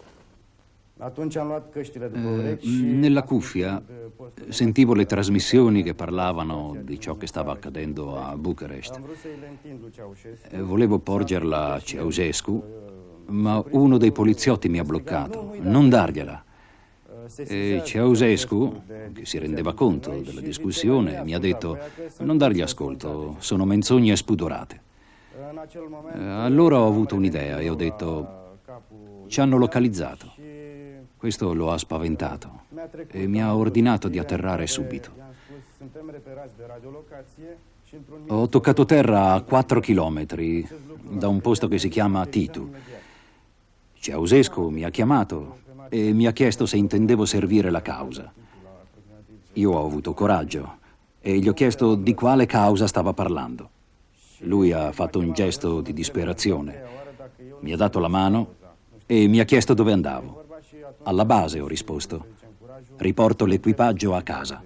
Speaker 10: Nella cuffia sentivo le trasmissioni che parlavano di ciò che stava accadendo a Bucarest. Volevo porgerla a Ceausescu, ma uno dei poliziotti mi ha bloccato. Non dargliela. E Ceausescu, che si rendeva conto della discussione, mi ha detto: non dargli ascolto, sono menzogne spudorate. Allora ho avuto un'idea e ho detto: ci hanno localizzato. Questo lo ha spaventato e mi ha ordinato di atterrare subito. Ho toccato terra a 4 chilometri da un posto che si chiama Titu. Ceausescu mi ha chiamato e mi ha chiesto se intendevo servire la causa. Io ho avuto coraggio e gli ho chiesto di quale causa stava parlando. Lui ha fatto un gesto di disperazione, mi ha dato la mano e mi ha chiesto dove andavo. Alla base, ho risposto. Riporto l'equipaggio a casa.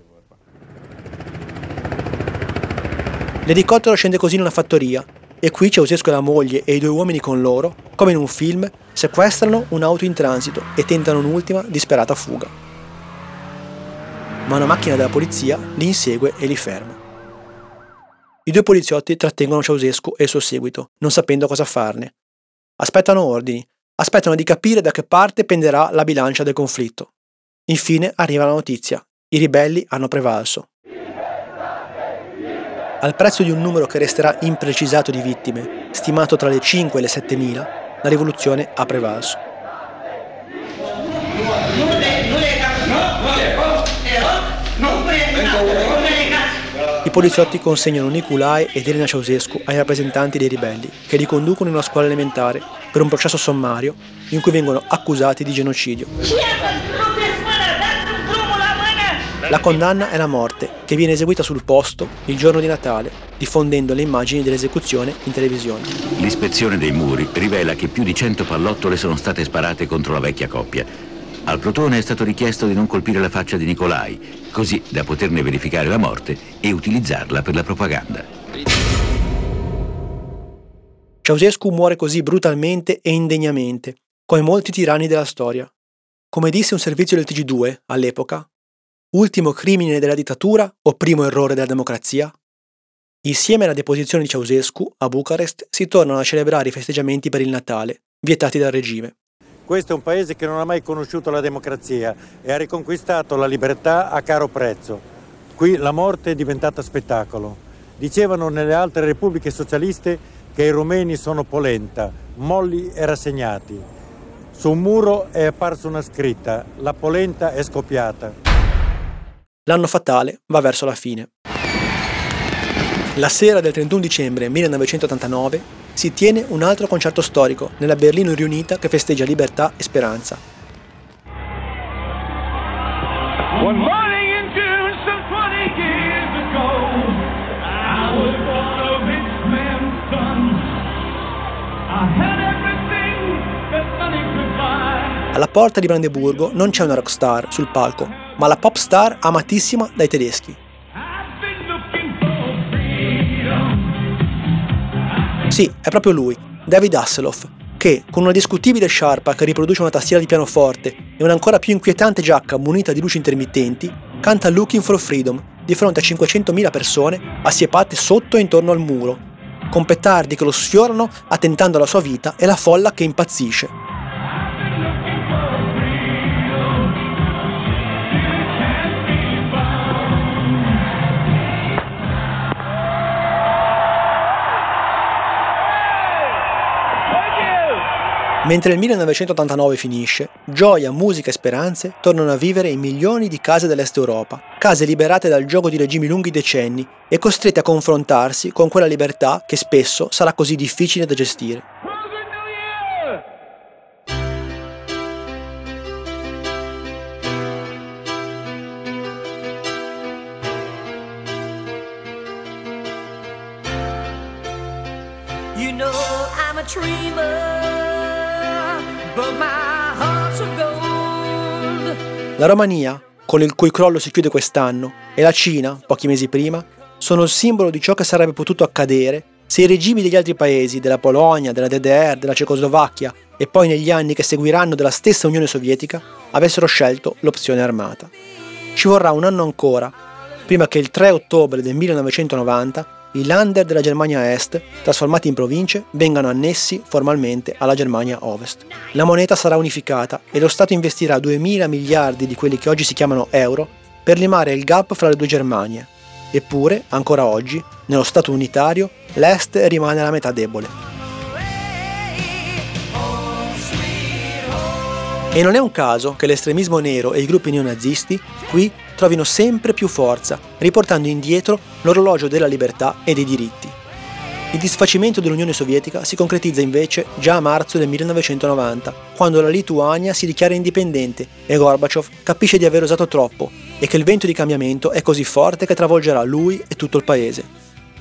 Speaker 6: L'elicottero scende così in una fattoria e qui Ceausescu e la moglie e i 2 uomini con loro, come in un film, sequestrano un'auto in transito e tentano un'ultima disperata fuga. Ma una macchina della polizia li insegue e li ferma. I 2 poliziotti trattengono Ceausescu e il suo seguito, non sapendo cosa farne. Aspettano ordini, aspettano di capire da che parte penderà la bilancia del conflitto. Infine arriva la notizia: i ribelli hanno prevalso. Al prezzo di un numero che resterà imprecisato di vittime, stimato tra le 5 e le 7.000, la rivoluzione ha prevalso. I poliziotti consegnano Nicolae ed Elena Ceausescu ai rappresentanti dei ribelli, che li conducono in una scuola elementare per un processo sommario in cui vengono accusati di genocidio. La condanna è la morte, che viene eseguita sul posto il giorno di Natale, diffondendo le immagini dell'esecuzione in televisione.
Speaker 12: L'ispezione dei muri rivela che più di 100 pallottole sono state sparate contro la vecchia coppia. Al plotone è stato richiesto di non colpire la faccia di Nicolai, così da poterne verificare la morte e utilizzarla per la propaganda.
Speaker 6: Ceausescu muore così brutalmente e indegnamente, come molti tiranni della storia. Come disse un servizio del TG2 all'epoca: ultimo crimine della dittatura o primo errore della democrazia? Insieme alla deposizione di Ceausescu, a Bucarest si tornano a celebrare i festeggiamenti per il Natale, vietati dal regime.
Speaker 3: Questo è un paese che non ha mai conosciuto la democrazia e ha riconquistato la libertà a caro prezzo. Qui la morte è diventata spettacolo. Dicevano nelle altre repubbliche socialiste che i rumeni sono polenta, molli e rassegnati. Su un muro è apparsa una scritta: la polenta è scoppiata.
Speaker 6: L'anno fatale va verso la fine. La sera del 31 dicembre 1989 si tiene un altro concerto storico nella Berlino riunita che festeggia libertà e speranza.
Speaker 11: One morning in June, some 20 years ago, I was born a rich man's son. I had everything that money could buy.
Speaker 6: Alla porta di Brandeburgo non c'è una rockstar sul palco, ma la pop star amatissima dai tedeschi. Sì, è proprio lui, David Hasselhoff, che, con una discutibile sciarpa che riproduce una tastiera di pianoforte e un'ancora più inquietante giacca munita di luci intermittenti, canta Looking for Freedom di fronte a 500.000 persone assiepate sotto e intorno al muro, con petardi che lo sfiorano attentando alla sua vita e la folla che impazzisce. Mentre il 1989 finisce, gioia, musica e speranze tornano a vivere in milioni di case dell'Est Europa, case liberate dal giogo di regimi lunghi decenni e costrette a confrontarsi con quella libertà che spesso sarà così difficile da gestire.
Speaker 11: You know I'm a dreamer.
Speaker 6: La Romania, con il cui crollo si chiude quest'anno, e la Cina, pochi mesi prima, sono il simbolo di ciò che sarebbe potuto accadere se i regimi degli altri paesi, della Polonia, della DDR, della Cecoslovacchia e poi negli anni che seguiranno della stessa Unione Sovietica, avessero scelto l'opzione armata. Ci vorrà un anno ancora, prima che il 3 ottobre del 1990 i Länder della Germania Est, trasformati in province, vengano annessi formalmente alla Germania Ovest. La moneta sarà unificata e lo Stato investirà 2.000 miliardi di quelli che oggi si chiamano euro per limare il gap fra le due Germanie. Eppure, ancora oggi, nello Stato unitario, l'Est rimane la metà debole. E non è un caso che l'estremismo nero e i gruppi neonazisti qui trovino sempre più forza, riportando indietro l'orologio della libertà e dei diritti. Il disfacimento dell'Unione Sovietica si concretizza invece già a marzo del 1990, quando la Lituania si dichiara indipendente e Gorbaciov capisce di aver usato troppo e che il vento di cambiamento è così forte che travolgerà lui e tutto il paese.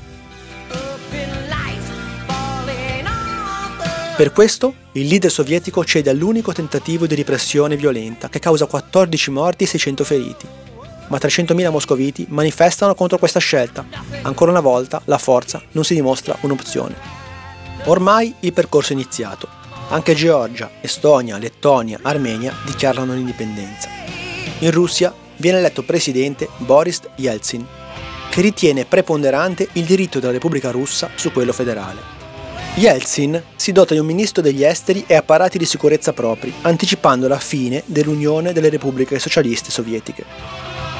Speaker 6: Per questo, il leader sovietico cede all'unico tentativo di repressione violenta che causa 14 morti e 600 feriti. Ma 300.000 moscoviti manifestano contro questa scelta. Ancora una volta la forza non si dimostra un'opzione. Ormai il percorso è iniziato. Anche Georgia, Estonia, Lettonia, Armenia dichiarano l'indipendenza. In Russia viene eletto presidente Boris Yeltsin, che ritiene preponderante il diritto della Repubblica Russa su quello federale. Yeltsin si dota di un ministro degli esteri e apparati di sicurezza propri, anticipando la fine dell'Unione delle Repubbliche Socialiste Sovietiche.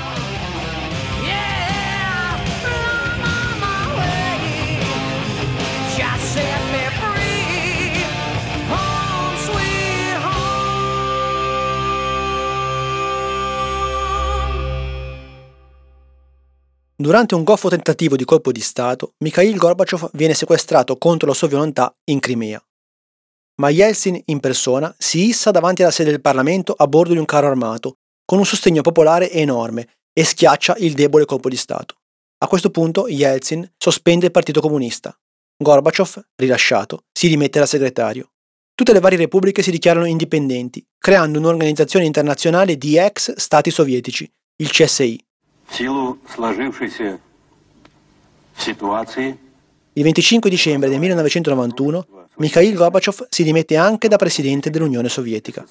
Speaker 6: Durante un goffo tentativo di colpo di Stato, Mikhail Gorbaciov viene sequestrato contro la sua volontà in Crimea. Ma Yeltsin in persona si issa davanti alla sede del Parlamento a bordo di un carro armato, con un sostegno popolare enorme, e schiaccia il debole colpo di Stato. A questo punto Yeltsin sospende il Partito Comunista. Gorbaciov, rilasciato, si rimette da segretario. Tutte le varie repubbliche si dichiarano indipendenti, creando un'organizzazione internazionale di ex stati sovietici, il CSI. Il 25 dicembre del 1991 Mikhail Gorbaciov si dimette anche da presidente dell'Unione Sovietica.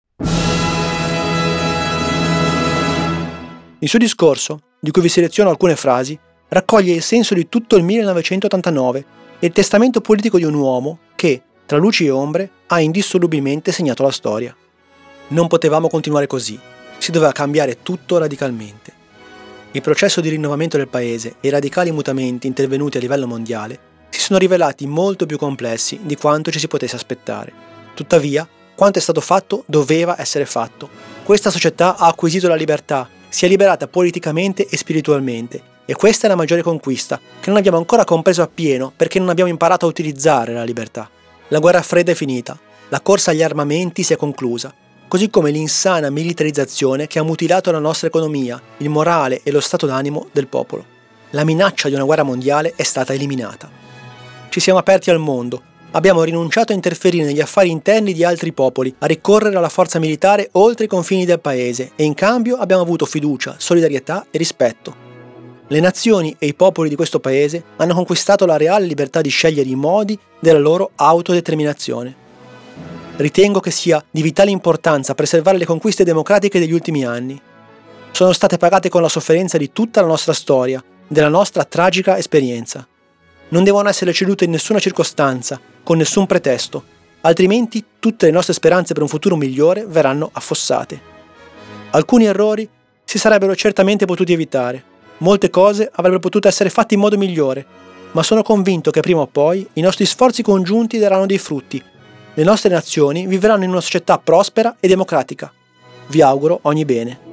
Speaker 6: Il suo discorso, di cui vi seleziono alcune frasi, raccoglie il senso di tutto il 1989 e il testamento politico di un uomo che, tra luci e ombre, ha indissolubilmente segnato la storia. Non potevamo continuare così, si doveva cambiare tutto radicalmente. Il processo di rinnovamento del paese e i radicali mutamenti intervenuti a livello mondiale si sono rivelati molto più complessi di quanto ci si potesse aspettare. Tuttavia, quanto è stato fatto doveva essere fatto. Questa società ha acquisito la libertà, si è liberata politicamente e spiritualmente, e questa è la maggiore conquista, che non abbiamo ancora compreso appieno perché non abbiamo imparato a utilizzare la libertà. La guerra fredda è finita, la corsa agli armamenti si è conclusa, così come l'insana militarizzazione che ha mutilato la nostra economia, il morale e lo stato d'animo del popolo. La minaccia di una guerra mondiale è stata eliminata. Ci siamo aperti al mondo, abbiamo rinunciato a interferire negli affari interni di altri popoli, a ricorrere alla forza militare oltre i confini del paese e in cambio abbiamo avuto fiducia, solidarietà e rispetto. Le nazioni e i popoli di questo paese hanno conquistato la reale libertà di scegliere i modi della loro autodeterminazione. Ritengo che sia di vitale importanza preservare le conquiste democratiche degli ultimi anni. Sono state pagate con la sofferenza di tutta la nostra storia, della nostra tragica esperienza. Non devono essere cedute in nessuna circostanza, con nessun pretesto, altrimenti tutte le nostre speranze per un futuro migliore verranno affossate. Alcuni errori si sarebbero certamente potuti evitare, molte cose avrebbero potuto essere fatte in modo migliore, ma sono convinto che prima o poi i nostri sforzi congiunti daranno dei frutti, le nostre nazioni vivranno in una società prospera e democratica. Vi auguro ogni bene.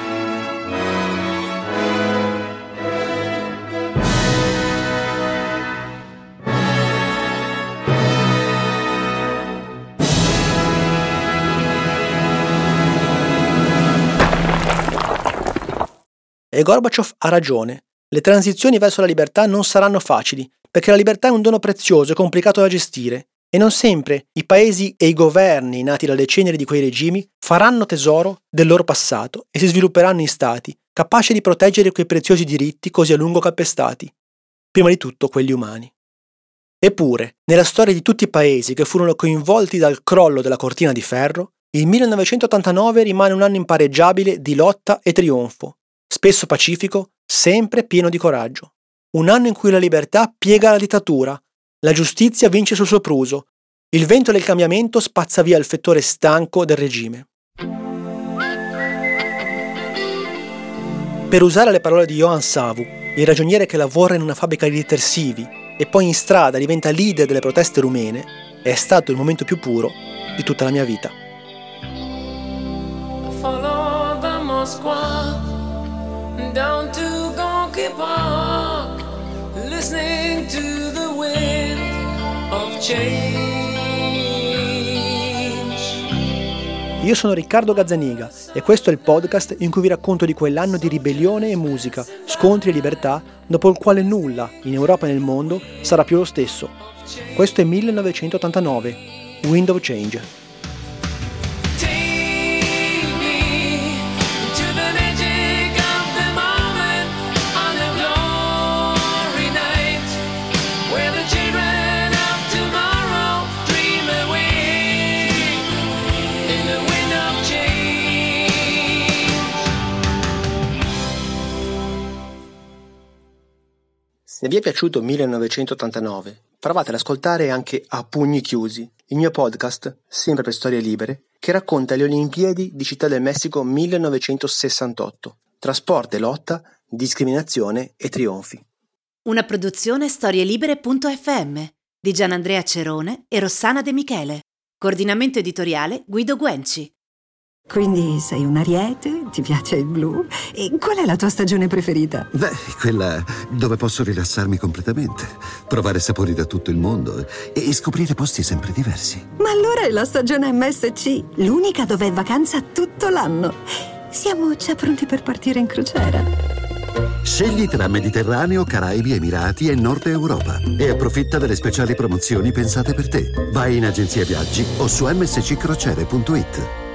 Speaker 6: E Gorbaciov ha ragione. Le transizioni verso la libertà non saranno facili, perché la libertà è un dono prezioso e complicato da gestire, e non sempre i paesi e i governi nati dalle ceneri di quei regimi faranno tesoro del loro passato e si svilupperanno in stati capaci di proteggere quei preziosi diritti così a lungo calpestati, prima di tutto quelli umani. Eppure, nella storia di tutti i paesi che furono coinvolti dal crollo della cortina di ferro, il 1989 rimane un anno impareggiabile di lotta e trionfo, spesso pacifico, sempre pieno di coraggio. Un anno in cui la libertà piega la dittatura, la giustizia vince sul sopruso, il vento del cambiamento spazza via il fettore stanco del regime. Per usare le parole di Johan Savu, il ragioniere che lavora in una fabbrica di detersivi e poi in strada diventa leader delle proteste rumene, è stato il momento più puro di tutta la mia vita.
Speaker 8: Follow the Moskva down to Gonky Park, listening to the wind of change.
Speaker 6: Io sono Riccardo Gazzaniga e questo è il podcast in cui vi racconto di quell'anno di ribellione e musica, scontri e libertà, dopo il quale nulla, in Europa e nel mondo, sarà più lo stesso. Questo è 1989, Wind of Change. Se vi è piaciuto 1989, provate ad ascoltare anche A Pugni Chiusi, il mio podcast, sempre per storie libere, che racconta le Olimpiadi di Città del Messico 1968, tra sport e lotta, discriminazione e trionfi.
Speaker 13: Una produzione storielibere.fm di Gianandrea Cerone e Rossana De Michele. Coordinamento editoriale Guido Guenci.
Speaker 14: Quindi sei un ariete, ti piace il blu? E qual è la tua stagione preferita?
Speaker 15: Beh, quella dove posso rilassarmi completamente, provare sapori da tutto il mondo e scoprire posti sempre diversi.
Speaker 14: Ma allora è la stagione MSC, l'unica dove è vacanza tutto l'anno. Siamo già pronti per partire in crociera.
Speaker 15: Scegli tra Mediterraneo, Caraibi, Emirati e Nord Europa e approfitta delle speciali promozioni pensate per te. Vai in agenzia viaggi o su msccrociere.it.